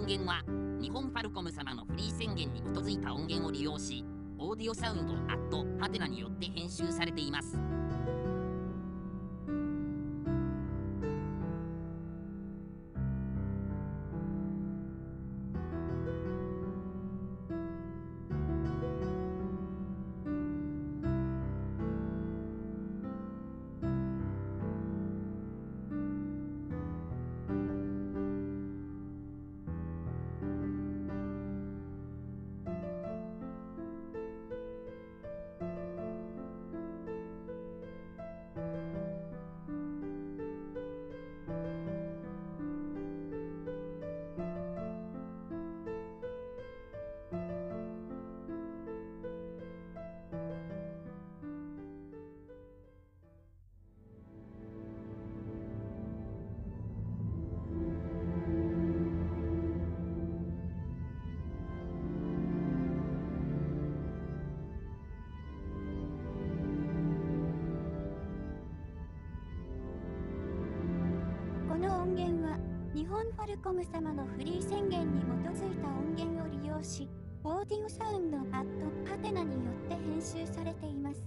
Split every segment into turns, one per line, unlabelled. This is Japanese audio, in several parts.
音源は日本ファルコム様のフリー宣言に基づいた音源を利用し、オーディオサウンドハテナによって編集されています。
この音源は日本ファルコム様のフリー宣言に基づいた音源を利用し、オーディオサウンドハテナによって編集されています。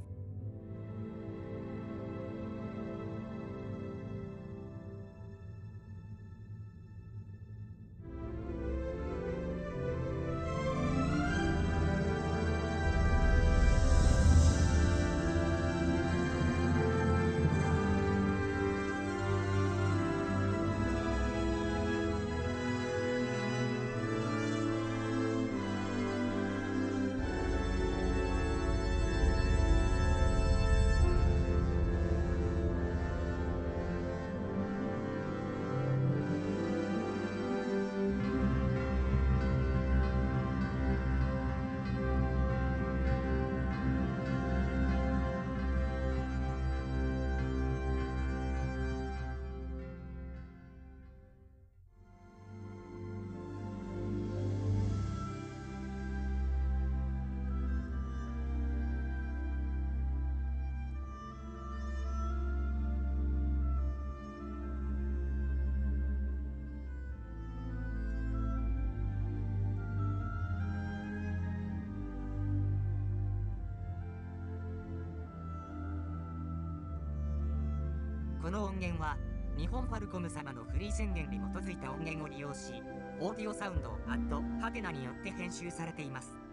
この音源は日本ファルコム様のフリー宣言に基づいた音源を利用し、オーディオサウンドハテナによって編集されています。